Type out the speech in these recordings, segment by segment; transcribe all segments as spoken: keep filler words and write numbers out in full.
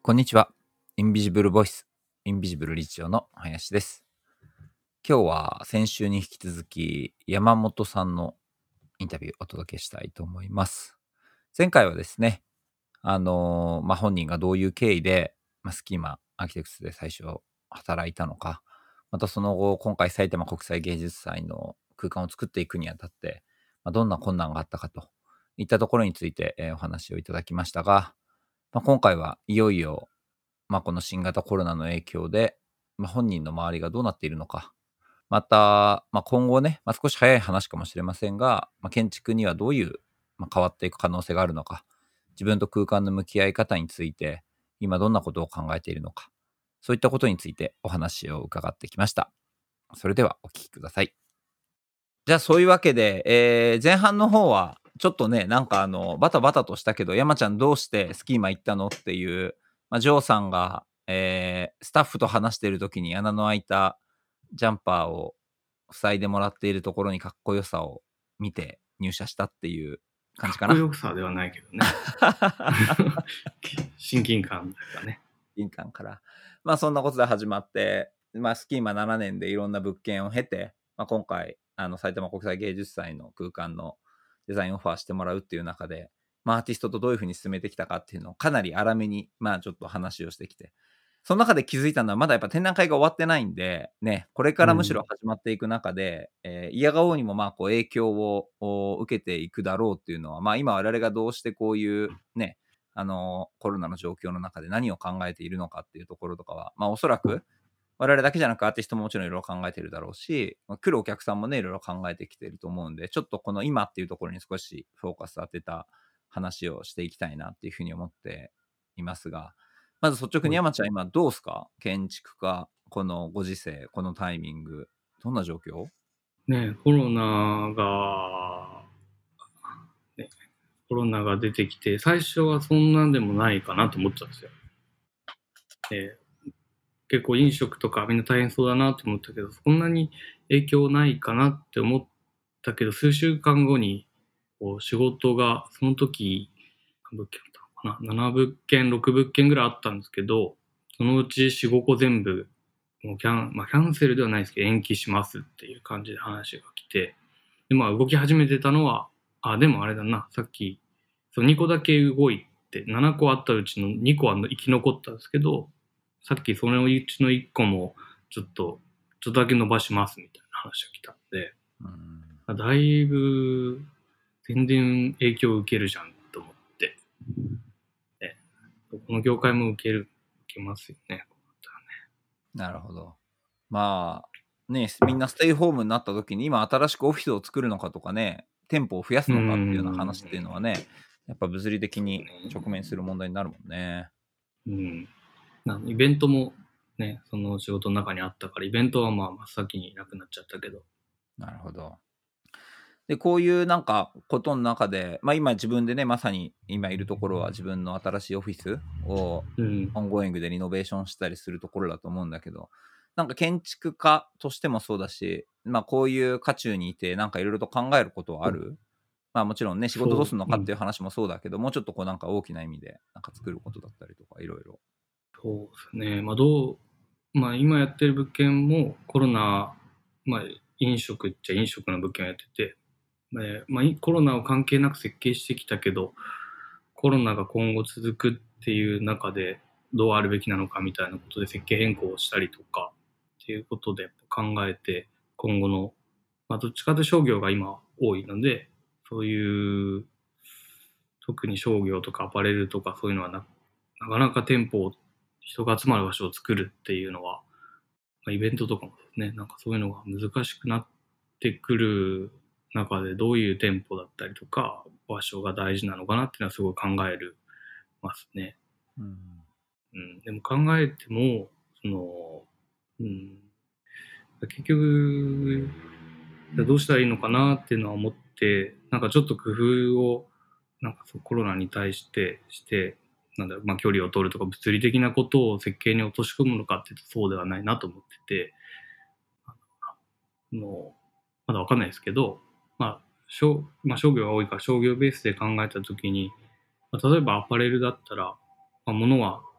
こんにちは。インビジブルボイス、インビジブル理事長の林です。今日は先週に引き続き山本さんのインタビューをお届けしたいと思います。前回はですね、あのーまあ、本人がどういう経緯で、まあ、スキーマアーキテクツで最初働いたのか、またその後、今回埼玉国際芸術祭の空間を作っていくにあたって、まあ、どんな困難があったかといったところについて、えーお話をいただきましたが、まあ、今回はいよいよまあ、この新型コロナの影響で、まあ、本人の周りがどうなっているのか、また、まあ、今後ね、まあ、少し早い話かもしれませんが、まあ、建築にはどういう、まあ、変わっていく可能性があるのか、自分と空間の向き合い方について、今どんなことを考えているのか、そういったことについてお話を伺ってきました。それではお聞きください。じゃあそういうわけで、えー前半の方は、ちょっとね、なんかあの、バタバタとしたけど、山ちゃんどうしてスキーマ行ったのっていう、まあ、ジョーさんが、えースタッフと話している時に穴の開いたジャンパーを塞いでもらっているところにかっこよさを見て入社したっていう感じかな。 かっこよさではないけどね。親近感というかね。 印鑑から。まあそんなことで始まって、まあスキーマななねんでいろんな物件を経て、まあ、今回、あの埼玉国際芸術祭の空間のデザインオファーしてもらうっていう中で、まあアーティストとどういうふうに進めてきたかっていうのをかなり粗めに、まあちょっと話をしてきて、その中で気づいたのはまだやっぱ展覧会が終わってないんで、ね、これからむしろ始まっていく中で、えー、嫌がおうにもまあこう影響をお受けていくだろうっていうのは、まあ今我々がどうしてこういうね、あのコロナの状況の中で何を考えているのかっていうところとかは、まあおそらく我々だけじゃなくアーティストももちろんいろいろ考えてるだろうし、まあ来るお客さんもね、いろいろ考えてきてると思うんで、ちょっとこの今っていうところに少しフォーカス当てた話をしていきたいなっていうふうに思っていますが、まず率直に山ちゃん今どうすか？建築家、このご時世、このタイミング、どんな状況？ ね、コロナが、ね、コロナが出てきて、最初はそんなんでもないかなと思ってたんですよ。えー結構飲食とかみんな大変そうだなと思ったけど、そんなに影響ないかなって思ったけど、数週間後にこう仕事が、その時、何物件あったのかな ?なな 物件、ろく物件ぐらいあったんですけど、そのうちよん、ごこ全部、もうキャン、まあ、キャンセルではないですけど、延期しますっていう感じで話が来て、で、まあ、動き始めてたのは、あ、でもあれだな、さっき、そう、にこだけ動いて、ななこあったうちのにこは生き残ったんですけど、さっきそのうちのいっこも、ちょっと、ちょっとだけ伸ばしますみたいな話が来たんで、 うん、 だいぶ、全然影響を受けるじゃんと思って、ね、この業界も受ける、受けますよね。 なるほど。まあ、ね、みんなステイホームになった時に、今新しくオフィスを作るのかとかね、店舗を増やすうのかっていうようなん。 話っていうのはね、やっぱ物理的にそうね。 直面する問題になるもんね。 うん。なイベントもね、その仕事の中にあったから、イベントはまあ真っ先になくなっちゃったけど。 なるほど。で、こういうなんかことの中で、まあ今自分でね、まさに今いるところは自分の新しいオフィスをうん。 オンゴーイングでリノベーションしたりするところだと思うんだけど、なんか建築家としてもそうだし、まあこういう渦中にいてなんかいろいろと考えることはある？まあもちろんね、仕事どうそう、 するのうん。 かっていう話もそうだけど、もうちょっとこうなんか大きな意味でなんか作ることだったりとかいろいろ。 そうですね。まあどう、まあ今やってる物件もコロナ、まあ飲食っちゃ飲食の物件をやってて、でまあいコロナを関係なく設計してきたけど、コロナが今後続くっていう中でどうあるべきなのかみたいなことで設計変更をしたりとかっていうことで考えて、今後の、まあどっちかというと商業が今多いので、そういう特に商業とかアパレルとかそういうのはななかなか店舗を人が集まる場所を作るっていうのは、まあ、イベントとかもですね、なんかそういうのが難しくなってくる中で、どういう店舗だったりとか場所が大事なのかなっていうのはすごい考えるますね。 うん。 うん、でも考えてもその、うん、結局どうしたらいいのかなっていうのは思って、なんかちょっと工夫をなんかそうコロナに対してして、なんだろう、まあ距離を取るとか物理的なことを設計に落とし込むのかっていうとそうではないなと思ってて、もうまだわかんないですけど、まあ商、まあ、商業が多いから商業ベースで考えたときに、まあ、例えばアパレルだったら、まあ、物は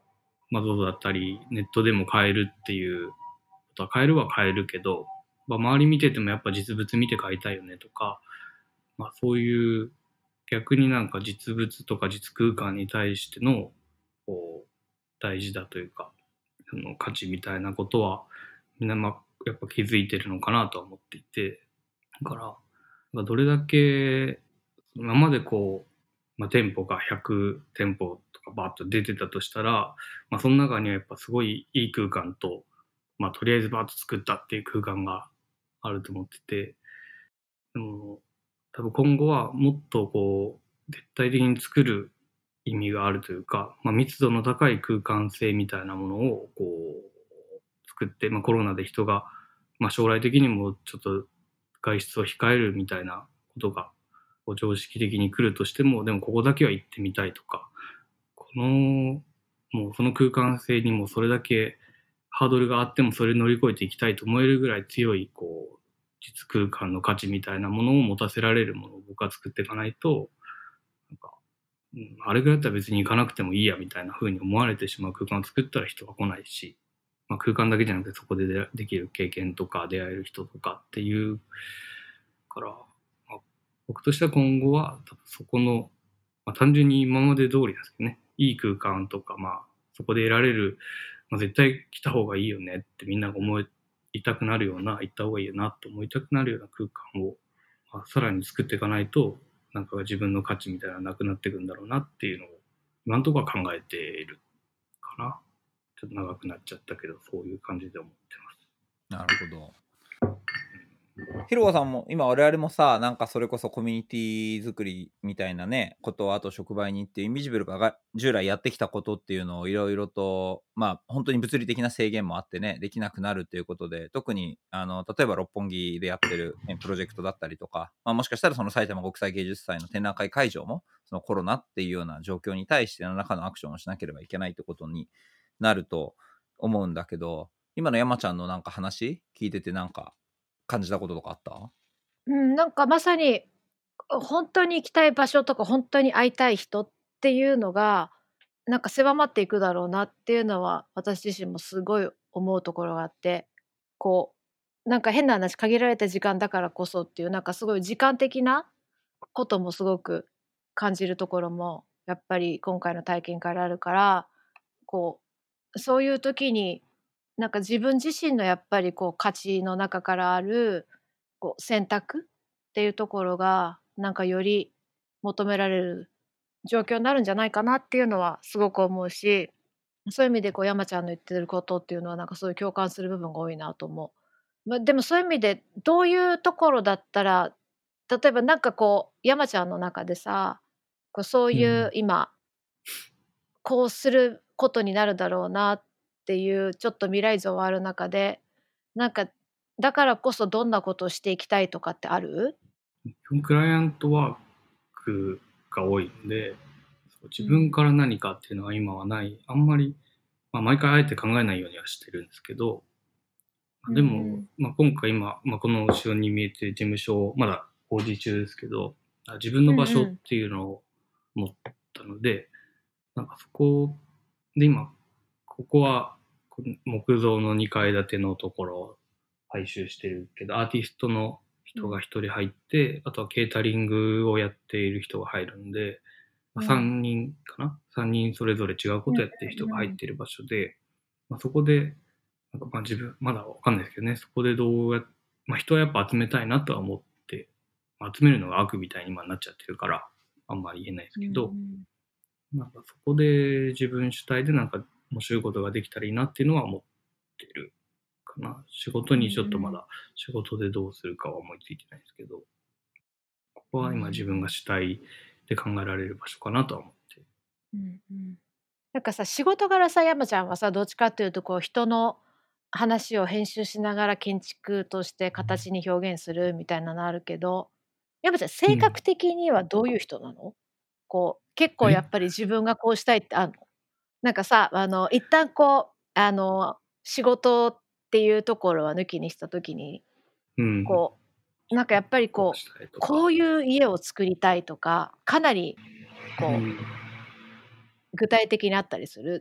まあ、ゾゾ だったりネットでも買えるっていうことは買えるは買えるけど、まあ、周り見ててもやっぱ実物見て買いたいよねとか、まあ、そういう逆になんか実物とか実空間に対してのこう大事だというか、その価値みたいなことはみんなまあやっぱ気づいてるのかなとは思っていて、だからどれだけ今までこう、まあ、店舗がひゃく店舗とかバーッと出てたとしたら、まあ、その中にはやっぱすごいいい空間と、まあ、とりあえずバーッと作ったっていう空間があると思ってて、でも多分今後はもっとこう絶対的に作る意味があるというか、まあ、密度の高い空間性みたいなものをこう作って、まあ、コロナで人が、まあ、将来的にもちょっと外出を控えるみたいなことがこう常識的に来るとしても、でもここだけは行ってみたいとか、このもうその空間性にもそれだけハードルがあってもそれ乗り越えていきたいと思えるぐらい強いこう実空間の価値みたいなものを持たせられるものを僕は作っていかないと、なんか、うん、あれぐらいだったら別に行かなくてもいいやみたいな風に思われてしまう空間を作ったら人が来ないし、まあ、空間だけじゃなくてそこででできる経験とか出会える人とかっていうから、まあ、僕としては今後は多分そこの、まあ、単純に今まで通りなんですけどね、いい空間とか、まあ、そこで得られる、まあ、絶対来た方がいいよねってみんなが思いたくなるような、行った方がいいよなと思いたくなるような空間を、まあ、さらに作っていかないと、なんか自分の価値みたいなのがなくなっていくんだろうなっていうのを今のところは考えているかな。ちょっと長くなっちゃったけど、そういう感じで思ってます。なるほど。ひろこさんも今我々もさ、なんかそれこそコミュニティ作りみたいなねことを、あと触媒に行ってインビジブルが従来やってきたことっていうのをいろいろと、まあ本当に物理的な制限もあってねできなくなるっていうことで、特にあの例えば六本木でやってるプロジェクトだったりとか、まあ、もしかしたらその埼玉国際芸術祭の展覧会会場もそのコロナっていうような状況に対して何らかのアクションをしなければいけないってことになると思うんだけど、今の山ちゃんのなんか話聞いててなんか感じたこととかあった？ うん、なんかまさに本当に行きたい場所とか本当に会いたい人っていうのがなんか狭まっていくだろうなっていうのは私自身もすごい思うところがあって、こうなんか変な話、限られた時間だからこそっていうなんかすごい時間的なこともすごく感じるところもやっぱり今回の体験からあるから、こうそういう時になんか自分自身のやっぱりこう価値の中からあるこう選択っていうところがなんかより求められる状況になるんじゃないかなっていうのはすごく思うし、そういう意味でこう山ちゃんの言ってることっていうのはなんかそういう共感する部分が多いなと思う。ま、でもそういう意味でどういうところだったら、例えばなんかこう山ちゃんの中でさ、こうそうういう今こうすることになるだろうなっていうちょっと未来像はある中で、なんかだからこそどんなことをしていきたいとかってある？ クライアントワークが多いので、自分うん。 から何かっていうのは今はない。あんまり、まあ、毎回あえて考えないようにはしてるんですけど、 うんうでも、 ん。 まあ、今回今、まあ、この後ろに見えてる事務所をまだ工事中ですけど、あ自分の場所っうんうん。 ていうのを持ったので、なんかそこで今、ここはこ木造のにかい建てのところを改修してるけど、アーティストの人がうん。 ひとり入って、あとはケータリングをやっている人が入るんで、まあ、 うん。 さんにんかな ?さん 人それぞれ違うこうんとやってる人がうんうん。 入っている場所で、まあ、そこで、なんかまあ自分、まだわかんないですけどね、そこでどうやっ、まあ、人はやっぱ集めたいなとは思って、まあ、集めるのが悪みたいに今なっちゃってるから、あんまり言えないですうんうけど、 ん。 なんかそこで自分主体でなんか面白いことができたらいいなっていうのは思ってるかな。仕事うんにちょっとうん。 まだ仕事でどうするかは思いついてないですけど、ここうは今自分がん。 主体で考えられる場所かなとは思って。 うんうん。なんかさ、仕事柄さ、山ちゃんはさ、どっちかっていうとこう人の話を編集しながら建築として形に表現するみたいなのあるけど、山ちゃん性うん。 格的にはどういう人なの？こう、結構やえっぱり自分がこうしたいってあんの？なんかさ、あの一旦こう、あの、仕事っていうところは抜きにした時に、 うん。 こう、なんかやっぱりこう、 こうしたいとか。 こういう家を作りたいとか、かなりこううん。 具体的にあったりする？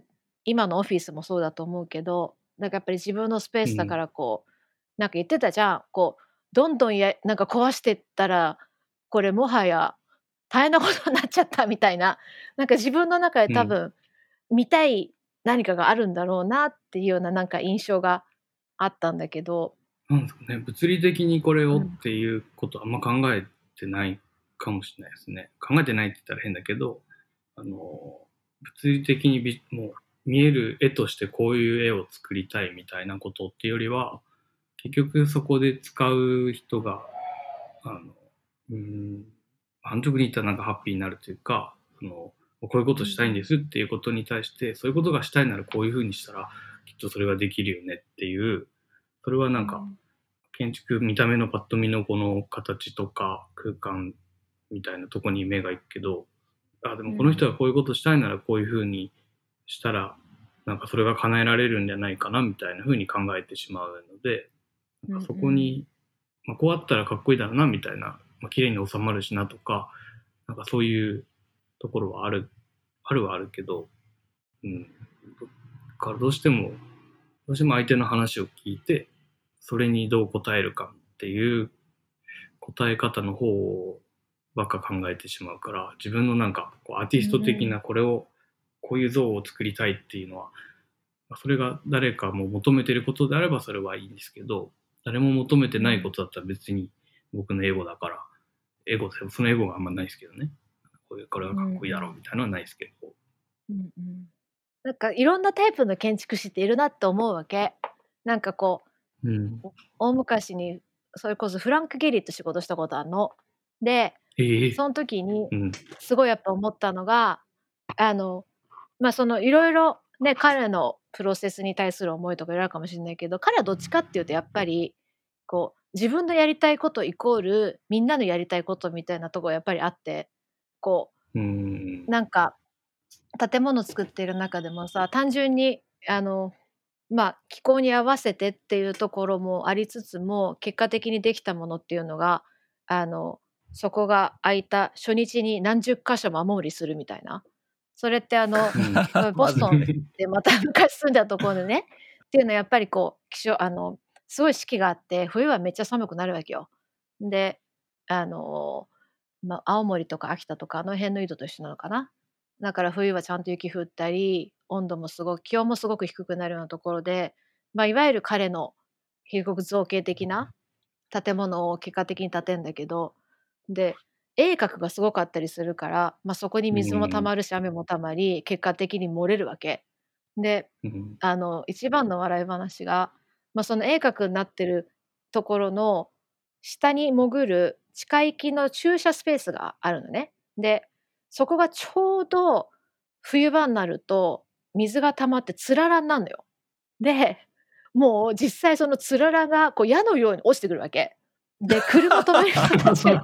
今のオフィスもそうだと思うけど、なんかやっぱり自分のスペースだからこう、なんか言ってたじゃん、こうどんどんやなんか壊してったら、これもはや大変なことになっちゃったみたいな、なんか自分の中で多うん。 分見たい何かがあるんだろうなっていうようななんか印象があったんだけど。 なんですかね、物理的にこれをっうん。 ていうことはあんま考えてないかもしれないですね。考えてないって言ったら変だけど、あの、物理的にびもう見える絵としてこういう絵を作りたいみたいなことっていうよりは、結局そこで使う人が、あの、うーん、安直に言ったらなんかハッピーになるというか、そのこういうことしたいんですっていうことに対して、そういうことがしたいならこういうふうにしたらきっとそれができるよねっていう、それはなんか建築、見た目のパッと見のこの形とか空間みたいなとこに目が行くけど、あ、でもこの人はこういうことしたいならこういうふうにしたらなんかそれが叶えられるんじゃないかなみたいなふうに考えてしまうので、なんかそこに、まあ、こうあったらかっこいいだろうなみたいな、まあ、綺麗に収まるしなとか、なんかそういうところはある、あるはあるけど、うん。だからどうしても、どうしても相手の話を聞いて、それにどう答えるかっていう答え方の方ばっか考えてしまうから、自分のなんかこうアーティスト的なこれを、こういう像を作りたいっていうのは、それが誰かも求めてることであればそれはいいんですけど、誰も求めてないことだったら別に僕のエゴだから、エゴ、そのエゴがあんまないですけどね。こういう、これがかっこいいだろうみたいなのはないですけど。 うんうん、なんかいろんなタイプの建築士っているなって思うわけ。なんかこう、うん、 大昔にそれこそフランク・ゲリット仕事したことあるの。で、 えー、 その時にうん、 すごいやっぱ思ったのが、あのまあそのいろいろね彼のプロセスに対する思いとかいろいろあるかもしれないけど、彼はどっちかっていうとやっぱりこう自分のやりたいことイコールみんなのやりたいことみたいなところやっぱりあって、こううん、 なんか建物作っている中でもさ、単純にあのまあ気候に合わせてっていうところもありつつも、結果的にできたものっていうのがあのそこが空いた初日に何十箇所も雨漏りするみたいな。それってあのうん、 ボストンでまた昔住んだところでねっていうのはやっぱりこう気象あのすごい四季があって、冬はめっちゃ寒くなるわけよ。であの、まあ、青森とか秋田とかあの辺の緯度と一緒なのかな。だから冬はちゃんと雪降ったり、温度もすごく気温もすごく低くなるようなところで、まあ、いわゆる彼の非国造形的な建物を結果的に建てんだけど、で、鋭角がすごかったりするから、まあ、そこに水もたまるし雨もたまり、結果的に漏れるわけ。で、 うん、 あの一番の笑い話が、まあ、その鋭角になってるところの下に潜る地下行きの駐車スペースがあるのね。で、そこがちょうど冬場になると水が溜まってつららになるのよ。で、もう実際そのつららがこう矢のように落ちてくるわけ。で、車止める人たちが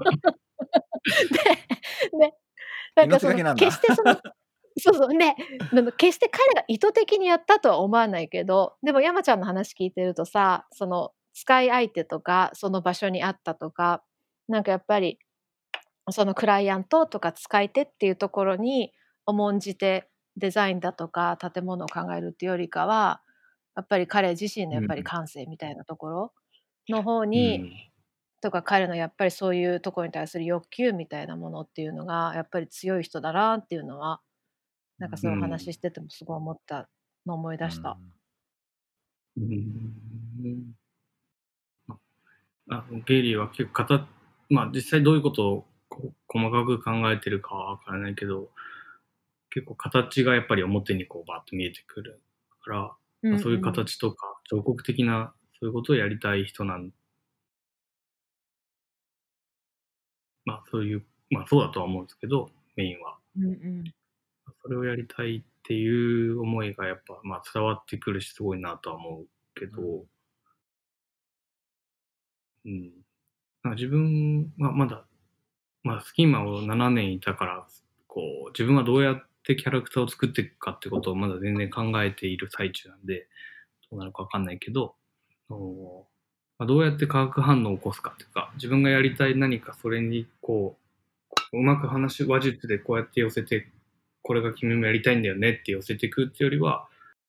で、ね、なんかその命がけなんだ。 決してそのそうそう、ね、あの決して彼が意図的にやったとは思わないけど、でも山ちゃんの話聞いてるとさ、その使い相手とか、その場所にあったとか、なんかやっぱりそのクライアントとか使い手っていうところに重んじてデザインだとか建物を考えるっていうよりかは、やっぱり彼自身のやっぱり感性みたいなところの方に、 うん、 とか彼のやっぱりそういうところに対する欲求みたいなものっていうのがやっぱり強い人だなっていうのは、なんかそういうお話ししててもすごい思ったのを思い出した。 うん、あ、ゲイリーは結構形、まあ実際どういうことをこう細かく考えてるかはわからないけど、結構形がやっぱり表にこうバッと見えてくるから、 うんまあ、そういううん。 形とか彫刻的なそういうことをやりたい人なん、まあそういう、まあそうだとは思うんですけど、メインは。 うんうん。 それをやりたいっていう思いがやっぱ、まあ伝わってくるしすごいなとは思うけど、うん。なんか自分はまだ、まあスキーマをななねんいたから、こう、自分はどうやってキャラクターを作っていくかってことをまだ全然考えている最中なんで、どうなるかわかんないけど、おまあ、どうやって化学反応を起こすかっていうか、自分がやりたい何かそれにこう、うまく話、話術でこうやって寄せて、これが君もやりたいんだよねって寄せていくっていうよりは、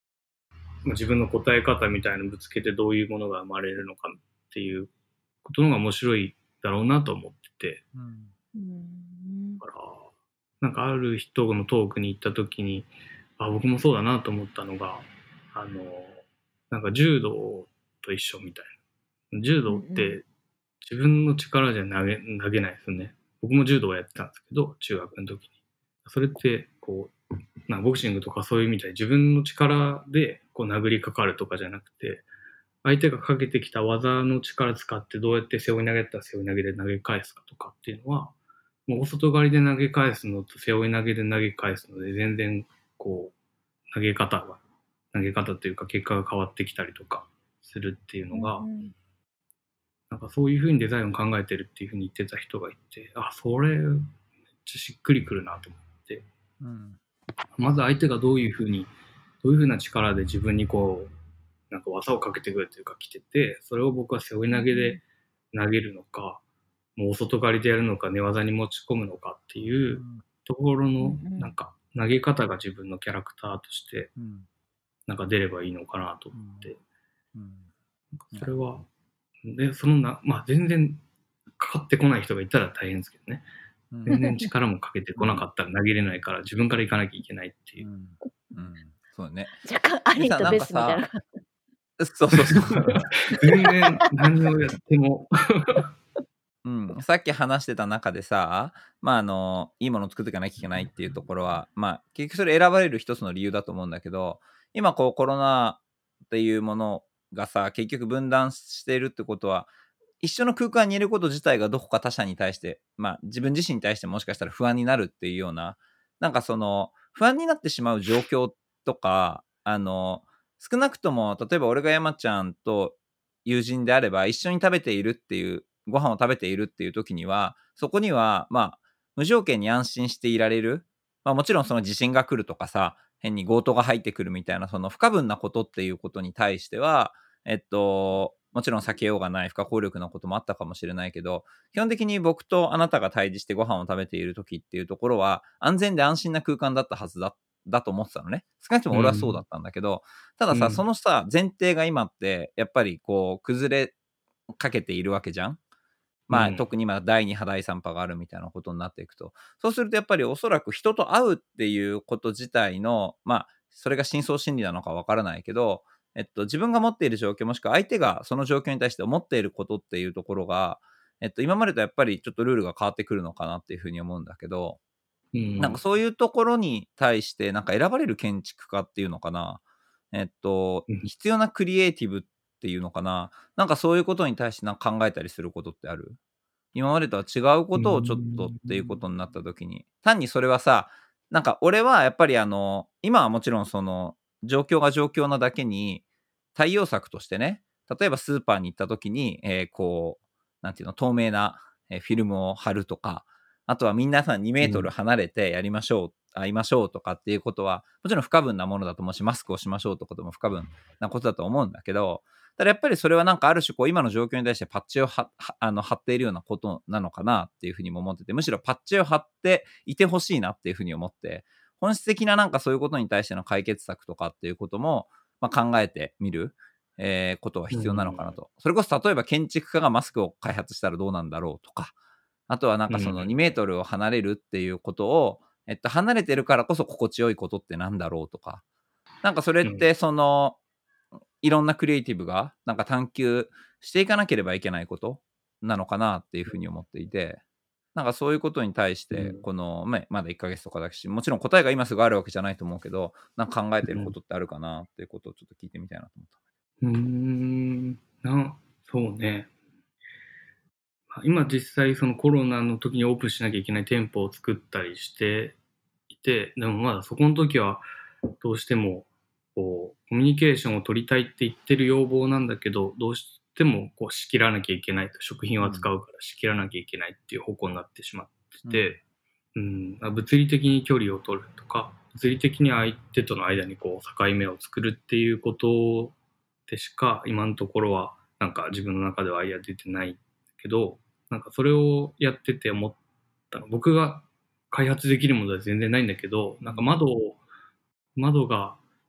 まあ、自分の答え方みたいなのぶつけてどういうものが生まれるのかっていうことのが面白いだろうなと思ってて、 うんうんだからなんかある人のトークに行った時に、あ、僕もそうだなと思ったのが、あのなんか柔道と一緒みたいな。柔道って自分の力じゃ投げ投げないですよね。僕も柔道をやってたんですけど、中学の時に。それってこう、まあ、ボクシングとかそういうみたいに自分の力でこう殴りかかるとかじゃなくて、相手がかけてきた技の力使ってどうやって背負い投げだったら背負い投げで投げ返すかとかっていうのは、もう大外刈りで投げ返すのと背負い投げで投げ返すので全然こう投げ方が投げ方というか結果が変わってきたりとかするっていうのが、なんかそういう風にデザインを考えてるっていう風に言ってた人がいて、あ、それめっちゃしっくりくるなと思って、 うん、 まず相手がどういう風にどういう風な力で自分にこうなんか技をかけてくるというか来てて、それを僕は背負い投げで投げるのか、もうお外刈りでやるのか、寝技に持ち込むのかっていうところのなんか投げ方が自分のキャラクターとしてなんか出ればいいのかなと思って、 うんうん、 それはでそのなまあ全然かかってこない人がいたら大変ですけどね。全然力もかけてこなかったら投げれないから自分から行かなきゃいけないっていう。 うんうん、そうね。 若干アニーとベスみたいな。 そうそうそう。 全然何をやっても。 うん、さっき話してた中でさ、まああのいいものを作っていかなきゃいけないっていうところは、まあ結局それ選ばれる一つの理由だと思うんだけど、今こうコロナっていうものがさ、結局分断しているってことは、一緒の空間にいること自体がどこか他者に対して、まあ自分自身に対してもしかしたら不安になるっていうような、なんかその不安になってしまう状況とか、あの少なくとも例えば俺が山ちゃんと友人であれば一緒に食べているっていうご飯を食べているっていう時には、そこにはまあ無条件に安心していられる、まあ、もちろんその地震が来るとかさ、変に強盗が入ってくるみたいなその不可分なことっていうことに対しては、えっともちろん避けようがない不可抗力なこともあったかもしれないけど、基本的に僕とあなたが対峙してご飯を食べている時っていうところは安全で安心な空間だったはずだだと思ってたのね。少なくとも俺はそうだったんだけど、うん、たださ、うん、そのさ前提が今ってやっぱりこう崩れかけているわけじゃん。まあ、うん、特に今だいに波だいさん波があるみたいなことになっていくと、そうするとやっぱりおそらく人と会うっていうこと自体の、まあそれが深層心理なのかわからないけど、えっと、自分が持っている状況もしくは相手がその状況に対して思っていることっていうところが、えっと、今までとやっぱりちょっとルールが変わってくるのかなっていうふうに思うんだけど、うん、なんかそういうところに対してなんか選ばれる建築家っていうのかな、えっと、必要なクリエイティブっていうのかな、なんかそういうことに対してなんか考えたりすることってある？今までとは違うことをちょっとっていうことになった時に、単にそれはさ、なんか俺はやっぱりあの今はもちろんその状況が状況なだけに対応策としてね、例えばスーパーに行った時に、えー、こうなんていうの透明なフィルムを貼るとか、あとは皆さんにメートル離れてやりましょう、うん、会いましょうとかっていうことはもちろん不可分なものだと思うし、マスクをしましょうとかでも不可分なことだと思うんだけど、ただやっぱりそれはなんかある種こう今の状況に対してパッチをはあの貼っているようなことなのかなっていうふうにも思ってて、むしろパッチを貼っていてほしいなっていうふうに思って、本質的ななんかそういうことに対しての解決策とかっていうことも、まあ、考えてみる、えー、ことは必要なのかなと。それこそ例えば建築家がマスクを開発したらどうなんだろうとか、あとはなんかそのにメートルを離れるっていうことを、えっと、離れてるからこそ心地よいことってなんだろうとか、なんかそれってその、いろんなクリエイティブがなんか探求していかなければいけないことなのかなっていうふうに思っていて、なんかそういうことに対してこの、まあ、まだいっかげつとかだし、もちろん答えが今すぐあるわけじゃないと思うけど、なんか考えてることってあるかなっていうことをちょっと聞いてみたいなと思った。 うーんなそうね。今実際そのコロナの時にオープンしなきゃいけない店舗を作ったりしていて、でもまだそこの時はどうしてもこうコミュニケーションを取りたいって言ってる要望なんだけど、どうしてもこう仕切らなきゃいけないと、食品を扱うから仕切らなきゃいけないっていう方向になってしまってて、うんうん、物理的に距離を取るとか、物理的に相手との間にこう境目を作るっていうことでしか今のところはなんか自分の中ではアイデア出てないけど、なんかそれをやってて思ったの、僕が開発できるものは全然ないんだけど、なんか窓を窓が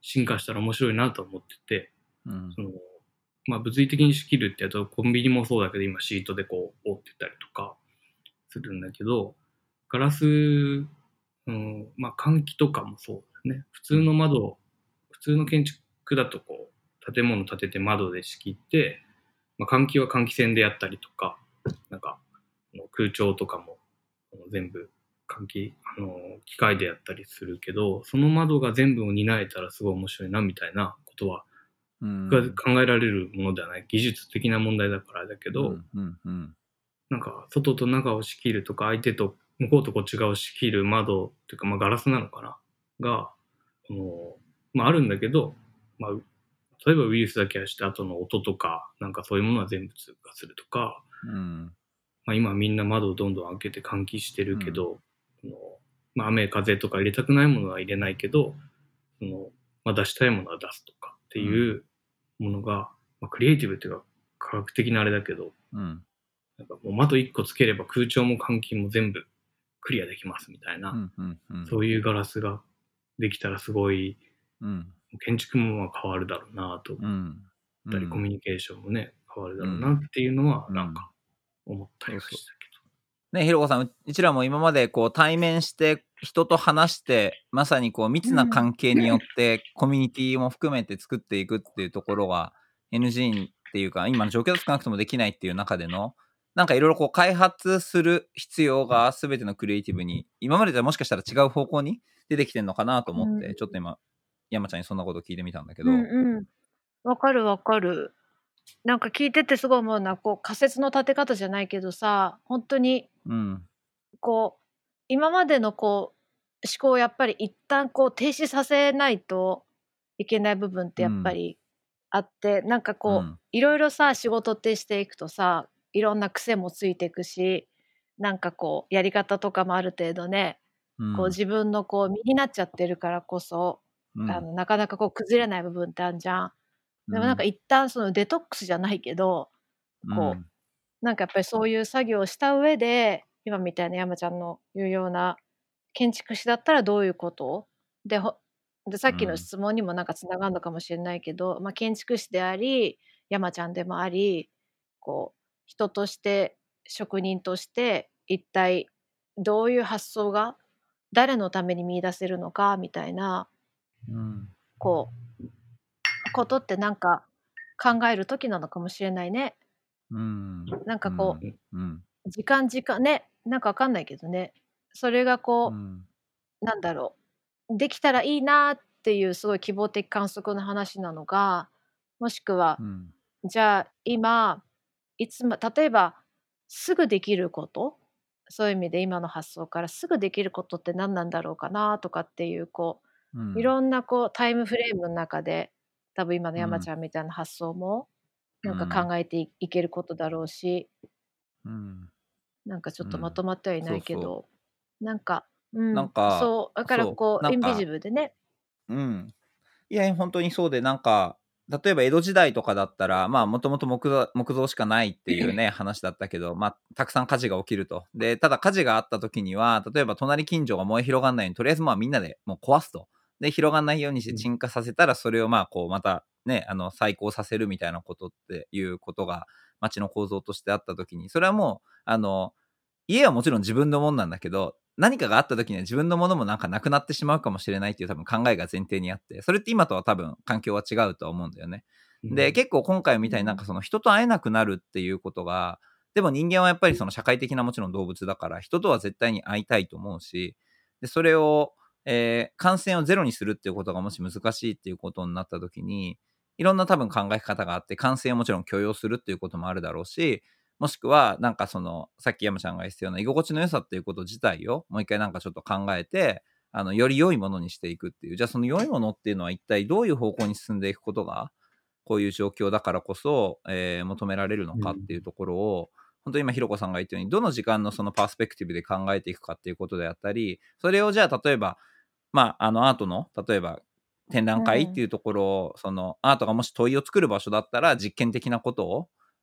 進化したら面白いなと思ってて、 うんそのまあ、物理的に仕切るってやるとコンビニもそうだけど今シートでこう折ってたりとかするんだけど、ガラス、うんまあ、換気とかもそうですね。普通の窓、普通の建築だとこう建物建てて窓で仕切って、まあ、換気は換気扇でやったりとか、なんか空調とかも全部換気あの機械でやったりするけど、その窓が全部を担えたらすごい面白いなみたいなことはうんが考えられるものではない、技術的な問題だからだけど、 うんうんうんなんか外と中を仕切るとか相手と向こうとこっち側を仕切る窓っていうか、まあ、ガラスなのかなが、あのまあ、あるんだけど、まあ、例えばウイルスだけはして後の音とかなんかそういうものは全部通過するとか、 うんまあ、今みんな窓をどんどん開けて換気してるけど、そのまあ、雨風とか入れたくないものは入れないけど、そのまあ、出したいものは出すとかっていうものが、まあ、クリエイティブっていうか科学的なあれだけど、 うんなんかもう窓いっこつければ空調も換気も全部クリアできますみたいな、 うんうんうんそういうガラスができたらすごいうん建築もまあ変わるだろうなと思っうんたり、 うんコミュニケーションもね変わるだろうなっていうのはなんか思ったりはしたけね、ひろこさん、ううちらも今までこう対面して人と話してまさにこう密な関係によってコミュニティも含めて作っていくっていうところが エヌジー っていうか今の状況だと少なくともできないっていう中でのなんかいろいろこう開発する必要が全てのクリエイティブに今までとはもしかしたら違う方向に出てきてるのかなと思って、 うんちょっと今山ちゃんにそんなこと聞いてみたんだけど、 うんうん。わかるわかる。なんか聞いててすごい思うのは、こう仮説の立て方じゃないけどさ、本当にうんこう今までのこう思考をやっぱり一旦こう停止させないといけない部分ってやっぱりあって、なんかうこうんいろいろさ仕事ってしていくとさ、いろんな癖もついていくし、なんかこうやり方とかもある程度ね、 うんこう自分のこう身になっちゃってるからこそ、 うんあのなかなかこう崩れない部分ってあるじゃん。でもなんか一旦そのデトックスじゃないけど、こうなんかやっぱりそういう作業をした上で、今みたいな山ちゃんの言うような建築士だったらどういうことで、ほでさっきの質問にもなんかつながるのかもしれないけど、まあ、建築士であり山ちゃんでもあり、こう人として職人として一体どういう発想が誰のために見出せるのかみたいなうんこうことってなんか考える時なのかもしれないね。 うんなんかこうんうんう時間時間ね、なんかわかんないけどね、それがこう、 うんなんだろう、できたらいいなっていうすごい希望的観測の話なのか、もしくは、 うんじゃあ今いつも例えばすぐできること、そういう意味で今の発想からすぐできることって何なんだろうかなとかっていうこうう、いろんなこうタイムフレームの中で、多分今の山ちゃんみたいな発想もなんか考えていいけることだろうし、 うんなんかちょっとまとまってはいないけそうそど、なんか、うなんん、 かそう、だからそうなんこうインビジかブルでね、 うんいや本当にそうでなんか例えば江戸時代とかだったらまあもともと木造木造しかないっていうね話だったけど、まあたくさん火事が起きると。でただ火事があった時には例えば隣近所が燃え広がらないようにとりあえずまあみんなでもう壊すと。で広がらないようにして鎮火させたらそれをまあこうまたねあの再興させるみたいなことっていうことが町の構造としてあった時にそれはもうあの家はもちろん自分のもんなんだけど何かがあった時には自分のものもなんかなくなってしまうかもしれないっていう多分考えが前提にあってそれって今とは多分環境は違うとは思うんだよね。で結構今回みたいになんかその人と会えなくなるっていうことがでも人間はやっぱりその社会的なもちろん動物だから人とは絶対に会いたいと思うしでそれを、えー感染をゼロにするっていうことがもし難しいっていうことになった時にいろんな多分考え方があって感染をもちろん許容するっていうこともあるだろうしもしくはなんかそのさっき山ちゃんが言ってたような居心地の良さっていうこと自体をもう一回なんかちょっと考えてあのより良いものにしていくっていうじゃあその良いものっていうのは一体どういう方向に進んでいくことがこういう状況だからこそ、えー求められるのかっていうところを、本当に今ひろこさんが言ったようにどの時間のそのパースペクティブで考えていくかっていうことであったりそれをじゃあ例えばまああのアートの例えば展覧会っていうところを、そのアートがもし問いを作る場所だったら実験的なことを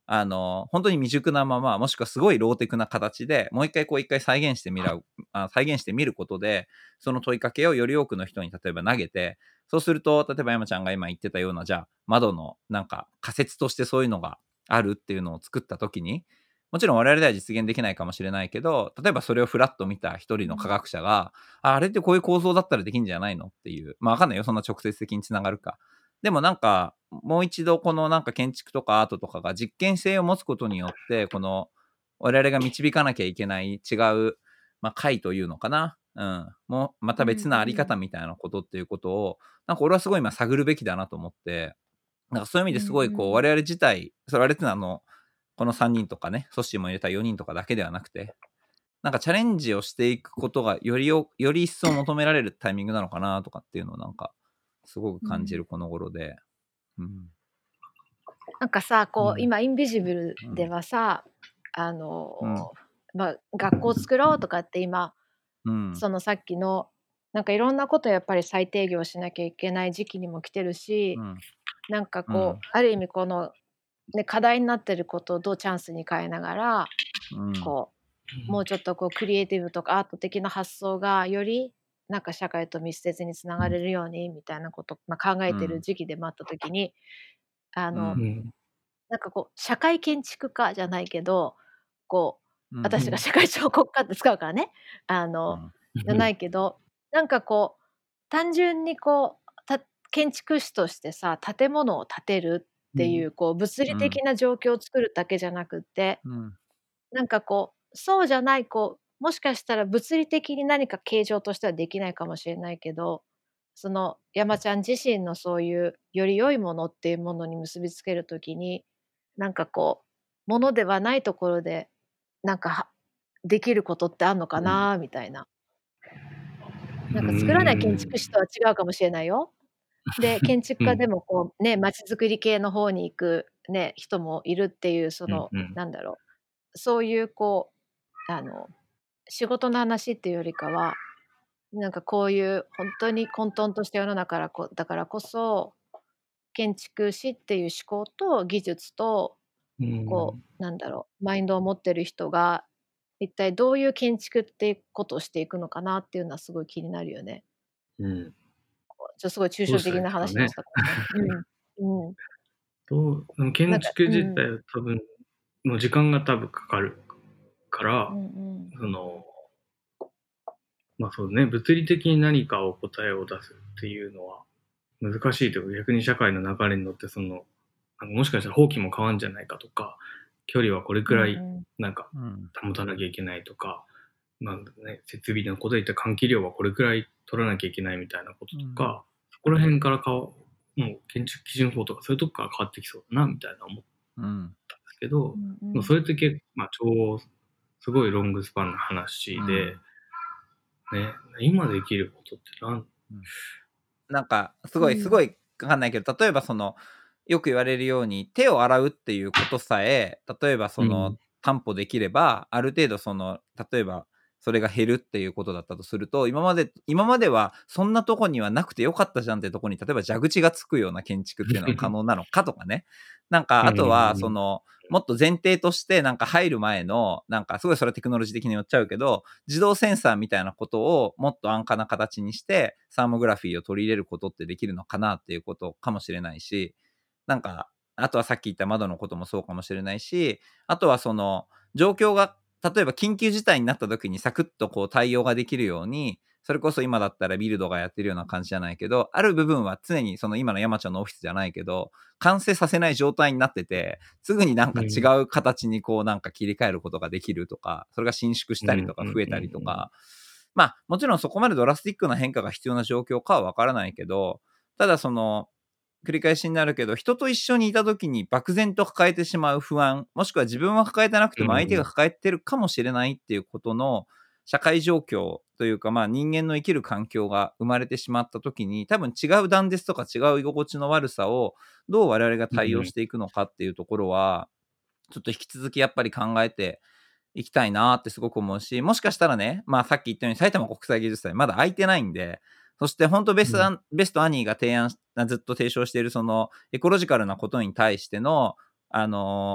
あの本当に未熟なまま、もしくはすごいローテクな形でもう一回こう一回再現してみらうあ再現してみることで、その問いかけをより多くの人に例えば投げて、そうすると例えば山ちゃんが今言ってたような、じゃあ窓のなんか仮説としてそういうのがあるっていうのを作った時に、もちろん我々では実現できないかもしれないけど、例えばそれをフラッと見た一人の科学者が、ああれってこういう構造だったらできんじゃないのっていう、まあ分かんないよ、そんな直接的につながるか。でもなんかもう一度このなんか建築とかアートとかが実験性を持つことによって、この我々が導かなきゃいけない違う、まあ、解というのかな、うん、もうまた別なあり方みたいなことっていうことを、なんか俺はすごい今探るべきだなと思って、なんかそういう意味ですごいこう我々自体、それ我々ってのはあのこのさんにんとかね、ソッシーも入れたよにんとかだけではなくて、なんかチャレンジをしていくことがよりよより一層求められるタイミングなのかなとかっていうのをなんかすごく感じるこの頃で、うん、 なんかさこう、 うん今インビジブルではさ、うん、あの、うん、まあ、学校を作ろうとかって今、うん、そのさっきのなんかいろんなことやっぱり再定義をしなきゃいけない時期にも来てるし、うん、なんかこう、うん、ある意味この、ね、課題になってることをどうチャンスに変えながら、うん、こうもうちょっとこうクリエイティブとかアート的な発想がよりなんか社会と密接につながれるようにみたいなこと、まあ、考えてる時期でもあった時に、あの、うん、なんかこう社会建築家じゃないけどこう、うん、私が社会彫刻家って使うからね、あの、うん、じゃないけど、なんかこう単純にこうた建築士としてさ建物を建てるっていう、こう物理的な状況を作るだけじゃなくって、うん、なんかこうそうじゃないこうもしかしたら物理的に何か形状としてはできないかもしれないけど、その山ちゃん自身のそういうより良いものっていうものに結びつけるときに、なんかこうものではないところでなんかできることってあんのかなみたいな、なんか作らない建築士とは違うかもしれないよ。で建築家でもこうね街づくり系の方に行くね人もいるっていう、その、うんうん、なんだろう、そういうこうあの仕事の話っていうよりかは、なんかこういう本当に混沌とした世の中だからこそ、建築士っていう思考と技術とこうなんだろうマインドを持ってる人が一体どういう建築っていうことをしていくのかなっていうのはすごい気になるよね。うん、ちょっとすごい抽象的な話でしたからね。うんうん、 と建築自体は多分、うん、もう時間が多分かかるから、うんうん、そのまあそうね、物理的に何かを答えを出すっていうのは難しいというか、逆に社会の流れに乗ってそのもしかしたら法規も変わるんじゃないかとか、距離はこれくらいなんか保たなきゃいけないとか、うんうん、まあね、設備のことで言ったら換気量はこれくらい取らなきゃいけないみたいなこととか、うん、そこら辺からかもう建築基準法とかそういうとこから変わってきそうだなみたいな思ったんですけど、うんうん、それって結構、まあ、超すごいロングスパンな話で、うんね、今できることって何、うん、 なんかすごいすごい分かんないけど、例えばそのよく言われるように手を洗うっていうことさえ例えばその、うん、担保できればある程度その例えばそれが減るっていうことだったとすると、今まで今まではそんなとこにはなくてよかったじゃんってとこに例えば蛇口がつくような建築っていうのは可能なのかとかねなんかあとはそのもっと前提としてなんか入る前のなんかすごいそれはテクノロジー的によっちゃうけど、自動センサーみたいなことをもっと安価な形にしてサーモグラフィーを取り入れることってできるのかなっていうことかもしれないし、なんかあとはさっき言った窓のこともそうかもしれないし、あとはその状況が例えば緊急事態になった時にサクッとこう対応ができるように、それこそ今だったらビルドがやってるような感じじゃないけど、ある部分は常にその今の山ちゃんのオフィスじゃないけど完成させない状態になってて、すぐになんか違う形にこうなんか切り替えることができるとか、それが伸縮したりとか増えたりとか、まあもちろんそこまでドラスティックな変化が必要な状況かはわからないけど、ただその繰り返しになるけど、人と一緒にいた時に漠然と抱えてしまう不安、もしくは自分は抱えてなくても相手が抱えてるかもしれないっていうことの社会状況というか、まあ人間の生きる環境が生まれてしまった時に、多分違う断絶とか違う居心地の悪さをどう我々が対応していくのかっていうところは、ちょっと引き続きやっぱり考えていきたいなってすごく思うし、もしかしたらね、まあさっき言ったように埼玉国際芸術祭まだ空いてないんで、そして本当ベスト、うん、ベストアニーが提案ずっと提唱しているそのエコロジカルなことに対してのあの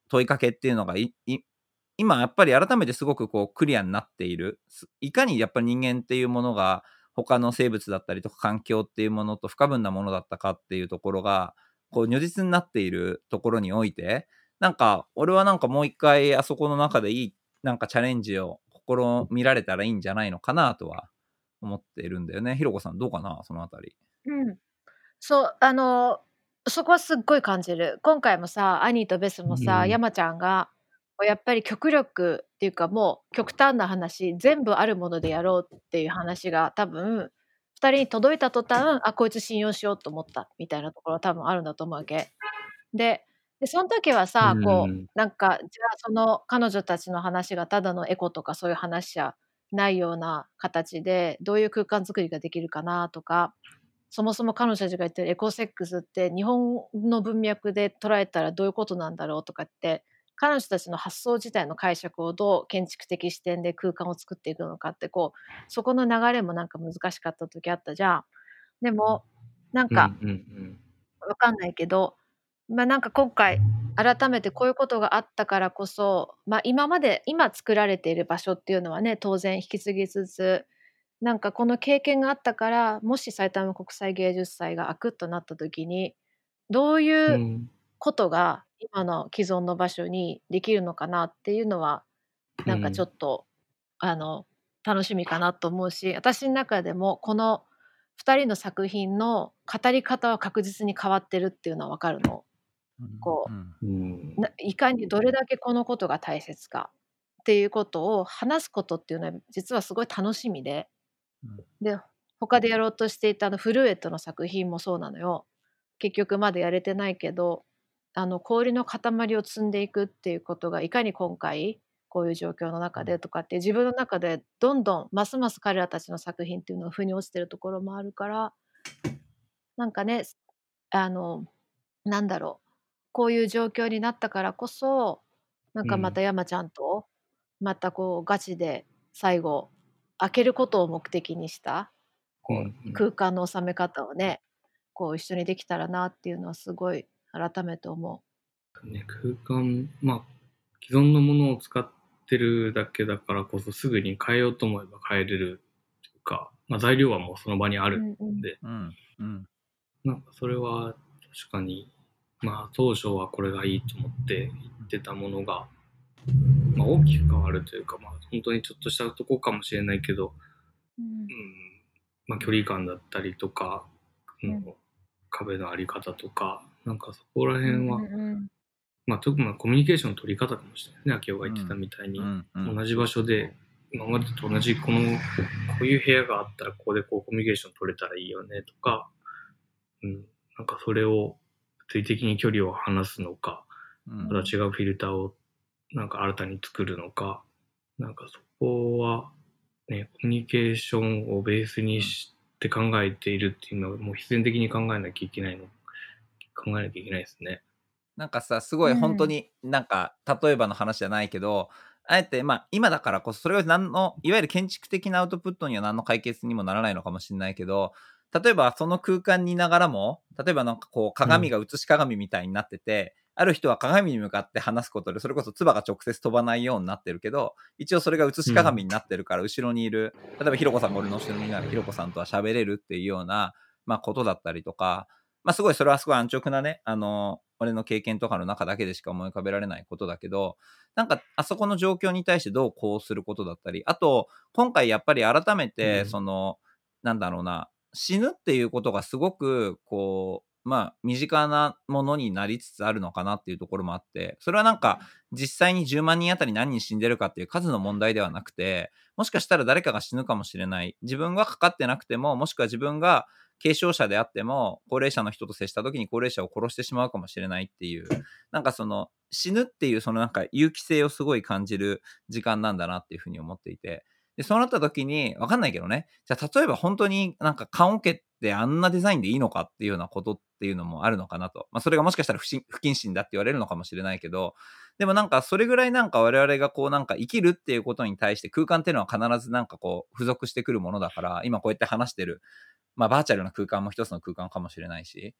問いかけっていうのがいい今やっぱり改めてすごくこうクリアになっている。いかにやっぱり人間っていうものが他の生物だったりとか環境っていうものと不可分なものだったかっていうところがこう如実になっているところにおいて、なんか俺はなんかもう一回あそこの中でいいなんかチャレンジを試みられたらいいんじゃないのかなとは思っているんだよね。ひろこさんどうかなそのあたり。 うん。そう、あの、そこはすっごい感じる。今回もさ、アニーとベスもさ、 うん山ちゃんが、やっぱり極力っていうか、もう極端な話、全部あるものでやろうっていう話が多分、ふたりに届いた途端、あ、こいつ信用しようと思ったみたいなところは多分あるんだと思うわけ。で、で、そん時はうさ、こう、 んなんか、じゃあその彼女たちの話がただのエコとかそういう話じゃないような形で、どういう空間作りができるかなとか、そもそも彼女たちが言ってるエコセックスって日本の文脈で捉えたらどういうことなんだろうとかって、彼女たちの発想自体の解釈をどう建築的視点で空間を作っていくのかって、こう、そこの流れもなんか難しかった時あったじゃん。でも、なんうんか、 うんわかんないけど、ま、なんか今回改めてこういうことがあったからこそ、ま、今まで今作られている場所っていうのはね、当然引き継ぎつつ、なんかこの経験があったから、もし埼玉国際芸術祭が開くとなった時に、どういううんことが今の既存の場所にできるのかなっていうのは、なんかちょうんっと、あの、楽しみかなと思うし、私ん中でもこのふたりの作品の語り方は確実に変わってるっていうのは分かるの。こうんうんう、ないかにどれだけこのことが大切かっていうことを話すことっていうのは実はすごい楽しみで、 うんで、他でやろうとしていたあのフルーエットの作品もそうなのよ。結局まだやれてないけど、あの氷の塊を積んでいくっていうことがいかに今回こういう状況の中でとかって自分の中でどんどんますます彼らたちの作品っていうのが腑に落ちてるところもあるから、なんかね、あの、なんだろう、こういう状況になったからこそ、なんかまうんた山ちゃんと、またこうガチで最後、開けることを目的にした、こうんう空間の収め方をね、こう一緒にできたらなっていうのはすごい改めて思ね、空間、まあ、既存のものを使ってるだけだからこそすぐに変えようと思えば変えれるというか、まあ、材料はもうその場にあう。うるんうん。 んで、 うんうんなんかそれは確かに、まあ当初はこれがいいと思って言ってたものが、まあ、大きく変わるというか、まあ本当にちょっとしたとこかもしれないけど、 うんうん、まあ距離感だったりとか、 うんの壁のあり方とか、なんかそこらうん辺は、 うんうんまあ特にコミュニケーションの取り方かもしれないね。秋夫が言ってたみたいに、 うんうん同じ場所で今までと同じこのこういう部屋があったらここでこうコミュニケーション取れたらいいよねとか、うん、なんかそれを物理的に距離を離すのか、 うんまた違うフィルターをなんか新たに作るのか、なんかそこはね、コミュニケーションをベースにして考えているっていうのはもう必然的に考えなきゃいけないの、考えなきゃいけないですね。 なんかさすごい本当になんか例えばの話じゃないけど、あえてまあ今だからこそそれが何のいわゆる建築的なアウトプットには何の解決にもならないのかもしれないけど、例えばその空間にいながらも、例えばなんかこう鏡が映し鏡みたいになってて、ある人は鏡に向かって話すことでそれこそ唾が直接飛ばないようになってるけど、一応それが映し鏡になってるから後ろにいる、例えばひろこさんが俺の後ろにいながらひろこさんとは喋れるっていうような、まあ、ことだったりとか、まあすごいそれはすごい安直なね、あの俺の経験とかの中だけでしか思い浮かべられないことだけど、なんかあそこの状況に対してどうこうすることだったり、あと今回やっぱり改めてその、なんだろうな、死ぬっていうことがすごくこうまあ身近なものになりつつあるのかなっていうところもあって、それはなんか実際にじゅうまんにんあたり何人死んでるかっていう数の問題ではなくて、もしかしたら誰かが死ぬかもしれない、自分がかかってなくても、もしくは自分が軽症者であっても高齢者の人と接した時に高齢者を殺してしまうかもしれないっていう、なんかその死ぬっていうそのなんか有機性をすごい感じる時間なんだなっていうふうに思っていて、でそうなった時に分かんないけどね、じゃあ例えば本当になんか棺桶ってあんなデザインでいいのかっていうようなことっていうのもあるのかなと、まあ、それがもしかしたら不信不謹慎だって言われるのかもしれないけど、でもなんかそれぐらいなんか我々がこうなんか生きるっていうことに対して空間っていうのは必ずなんかこう付属してくるものだから、今こうやって話してるまあバーチャルな空間も一つの空間かもしれないし、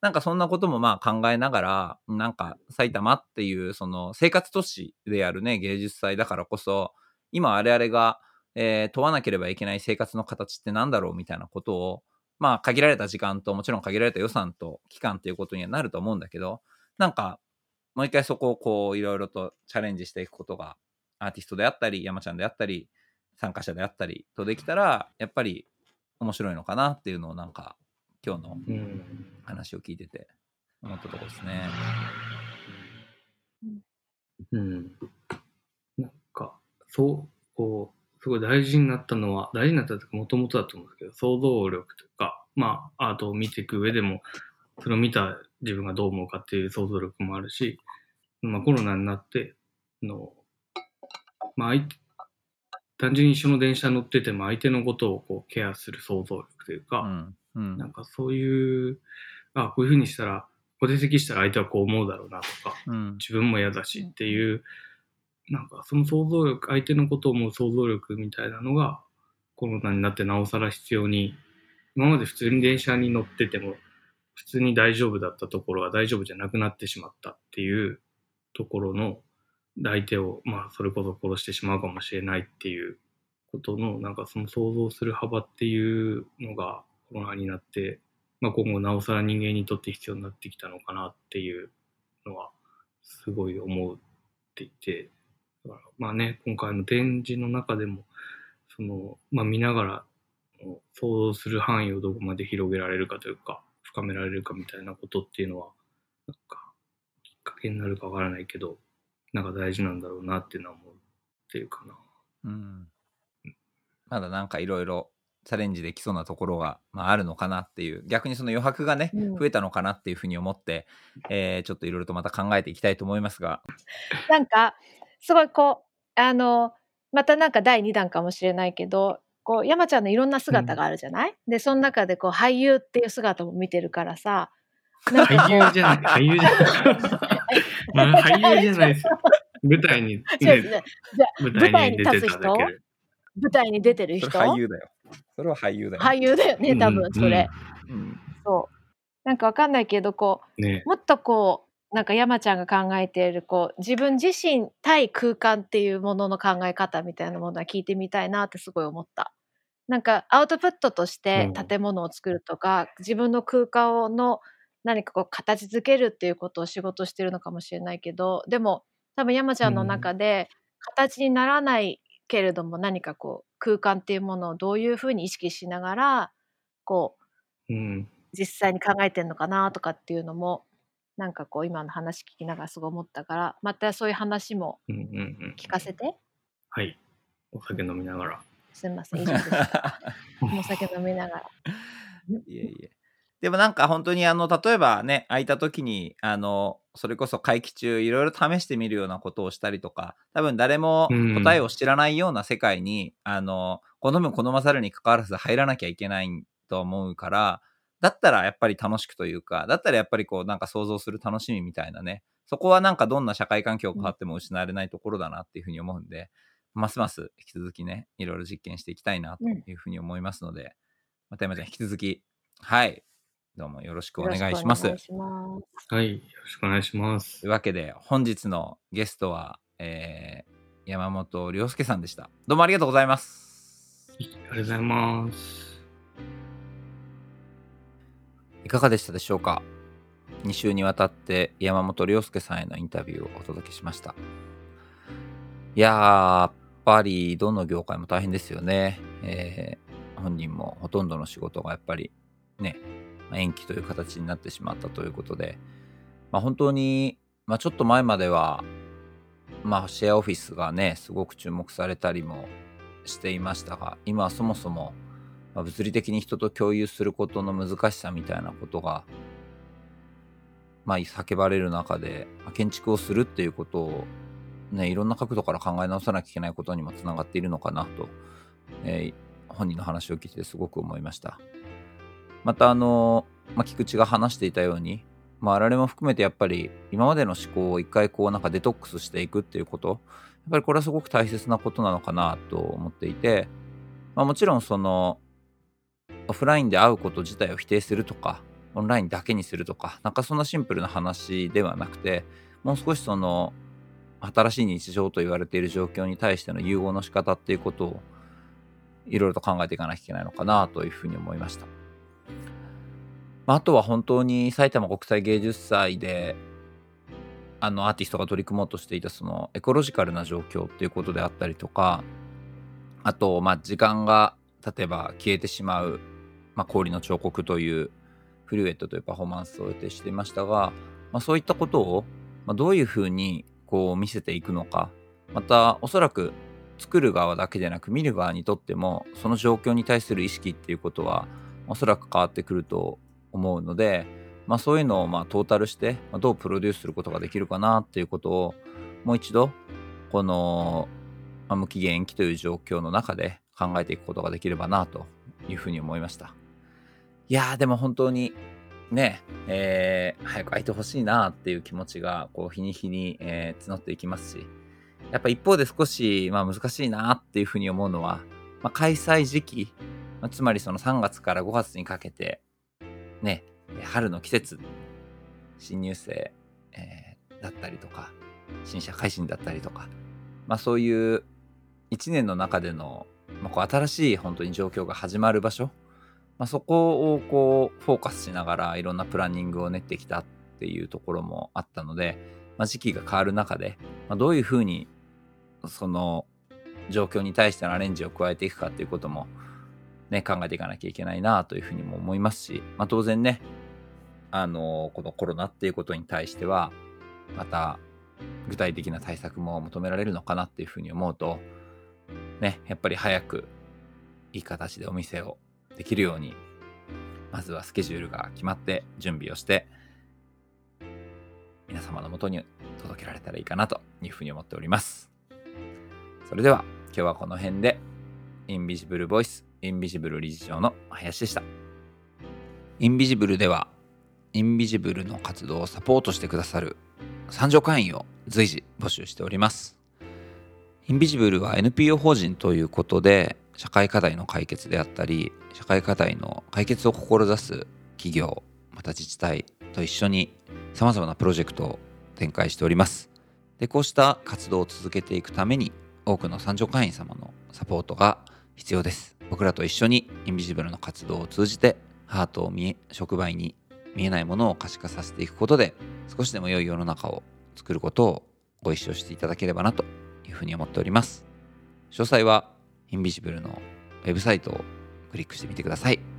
なんかそんなこともまあ考えながら、なんか埼玉っていうその生活都市であるね、芸術祭だからこそ、今我々が、えー問わなければいけない生活の形ってなんだろうみたいなことを、まあ限られた時間ともちろん限られた予算と期間っていうことにはなると思うんだけど、なんかもう一回そこをこういろいろとチャレンジしていくことが、アーティストであったり、山ちゃんであったり、参加者であったりとできたら、やっぱり面白いのかなっていうのをなんか今日のうん。 話を聞いてて思ったところですね。 うん。なんか、そう、こう、すごい大事になったのは、大事になったというか、もともとだと思うんですけど、想像力というか、まあ、アートを見ていく上でも、それを見た自分がどう思うかっていう想像力もあるし、まあ、コロナになって、あの、まあ、相手単純に一緒の電車乗ってても相手のことをこうケアする想像力というか、 うんうんなんかそういう、あ、こういうふうにしたら、ここで席したら相手はこう思うだろうなとか、 うん自分も嫌だしっていう、なんかその想像力、相手のことを思う想像力みたいなのが、コロナになってなおさら必要に、今まで普通に電車に乗ってても、普通に大丈夫だったところが大丈夫じゃなくなってしまったっていうところの、相手を、まあ、それこそ殺してしまうかもしれないっていうことの、なんかその想像する幅っていうのがコロナになって、まあ、今後なおさら人間にとって必要になってきたのかなっていうのは、すごい思っていて、だからまあね、今回の展示の中でも、その、まあ見ながら想像する範囲をどこまで広げられるかというか、深められるかみたいなことっていうのは、なんか、きっかけになるかわからないけど、なんか大事なんだろうなっていうのは思ってるかな。 うんまだなんかいろいろチャレンジできそうなところが、まあ、あるのかなっていう、逆にその余白がね、 うん増えたのかなっていうふうに思って、えーちょっといろいろとまた考えていきたいと思いますが、 なんかすごいこうあのまたなんかだいにだんかもしれないけど、こう山ちゃんのいろんな姿があるじゃない、でその中でこう俳優っていう姿も見てるからさ、なんかこう俳優じゃない、俳優じゃない。まあ俳優じゃないですよ。舞台に、ね、 違う違うじゃあ舞舞台台に出てに立つ人、 ただけで。 舞台に出てるそれ人、 俳優だよ。それは俳優だよ。 俳優だよね多分それ、 うんそうなんかわかんないけどこうね。 もっとこうなんか山ちゃんが考えているこう自分自身対空間っていうものの考え方みたいなものは聞いてみたいなってすごい思った。なんかアウトプットとしてうん建物を作るとか、自分の空間の何かこう形づけるっていうことを仕事してるのかもしれないけど、でも多分山ちゃんの中で形にならないけれども何かこう空間っていうものをどういうふうに意識しながらこううん。 実際に考えてるのかなとかっていうのもなんかこう今の話聞きながらすごい思ったから、またそういう話もうんうんうん。 聞かせて。 はい。お酒飲みながら。 すみません以上です。お酒飲みながら。 いえいえ。でもなんか本当にあの例えばね、空いた時にあのそれこそ会期中いろいろ試してみるようなことをしたりとか、多分誰も答えを知らないような世界に、あの好む好まざるに関わらず入らなきゃいけないと思うから、だったらやっぱり楽しくというか、だったらやっぱりこうなんか想像する楽しみみたいなね、そこはなんかどんな社会環境が変わっても失われないところだなっていうふうに思うんで、ますます引き続きね、いろいろ実験していきたいなというふうに思いますので、また山ちゃん引き続き、はい、どうもよろしくお願いします。 よろしくお願いします。 はい。よろしくお願いしますという。わけで、本日のゲストは、えー、山本亮介さんでした。どうもありがとうございます。 ありがとうございます。 いかがでしたでしょうか。に週にわたって山本亮介さんへのインタビューをお届けしました。いやー、やっぱりどの業界も大変ですよね。えー、本人もほとんどの仕事がやっぱりね、延期という形になってしまったということで、まあ、本当に、まあ、ちょっと前までは、まあ、シェアオフィスがねすごく注目されたりもしていましたが、今はそもそも、まあ、物理的に人と共有することの難しさみたいなことが、まあ、叫ばれる中で、まあ、建築をするっていうことを、ね、いろんな角度から考え直さなきゃいけないことにもつながっているのかなと、えー本人の話を聞いてすごく思いました。またあの、まあ、菊池が話していたように、まあ、我々も含めてやっぱり今までの思考を一回こうなんかデトックスしていくっていうこと、やっぱりこれはすごく大切なことなのかなと思っていて、まあ、もちろんそのオフラインで会うこと自体を否定するとか、 オンラインだけにするとか、なんかそんなシンプルな話ではなくて、もう少しその新しい日常と言われている状況に対しての融合の仕方っていうことをいろいろと考えていかなきゃいけないのかなというふうに思いました。まあ、あとは本当に埼玉国際芸術祭であのアーティストが取り組もうとしていたそのエコロジカルな状況っていうことであったりとか、あとまあ時間が例えば消えてしまう、まあ、氷の彫刻というフルエットというパフォーマンスを予定していましたが、まあ、そういったことを、まあ、どういうふうにこう見せていくのか、またおそらく作る側だけでなく見る側にとってもその状況に対する意識っていうことはおそらく変わってくると思うので、まあ、そういうのをまあトータルしてどうプロデュースすることができるかなっていうことをもう一度このまあ無期限延期という状況の中で考えていくことができればなというふうに思いました。いやーでも本当にね、えー早く開いてほしいなっていう気持ちがこう日に日に、えー募っていきますし、やっぱ一方で少し、まあ、難しいなっていうふうに思うのは、まあ、開催時期、まあ、つまりそのさんがつからごがつにかけてね、春の季節、新入生、えーだったりとか新社会人だったりとか、まあ、そういういちねんの中での、まあ、こう新しい本当に状況が始まる場所、まあ、そこをこうフォーカスしながらいろんなプランニングを練ってきたっていうところもあったので、まあ、時期が変わる中で、まあ、どういうふうにその状況に対してのアレンジを加えていくかっていうことも、ね、考えていかなきゃいけないなというふうにも思いますし、まあ、当然ね、あのこのコロナっていうことに対してはまた具体的な対策も求められるのかなっていうふうに思うと、ね、やっぱり早くいい形でお店をできるように、まずはスケジュールが決まって準備をして皆様のもとに届けられたらいいかなというふうに思っております。それでは今日はこの辺で、インビジブルボイスインビジブル理事長の林でした。インビジブルではインビジブルの活動をサポートしてくださる参上会員を随時募集しております。インビジブルは エヌピーオー 法人ということで、社会課題の解決であったり、社会課題の解決を志す企業、また自治体と一緒に様々なプロジェクトを展開しております。で、こうした活動を続けていくために、多くの参上会員様のサポートが必要です。僕らと一緒にインビジブルの活動を通じて、ハートを見え、触媒に見えないものを可視化させていくことで、少しでも良い世の中を作ることをご一緒していただければなというふうに思っております。詳細はインビジブルのウェブサイトをクリックしてみてください。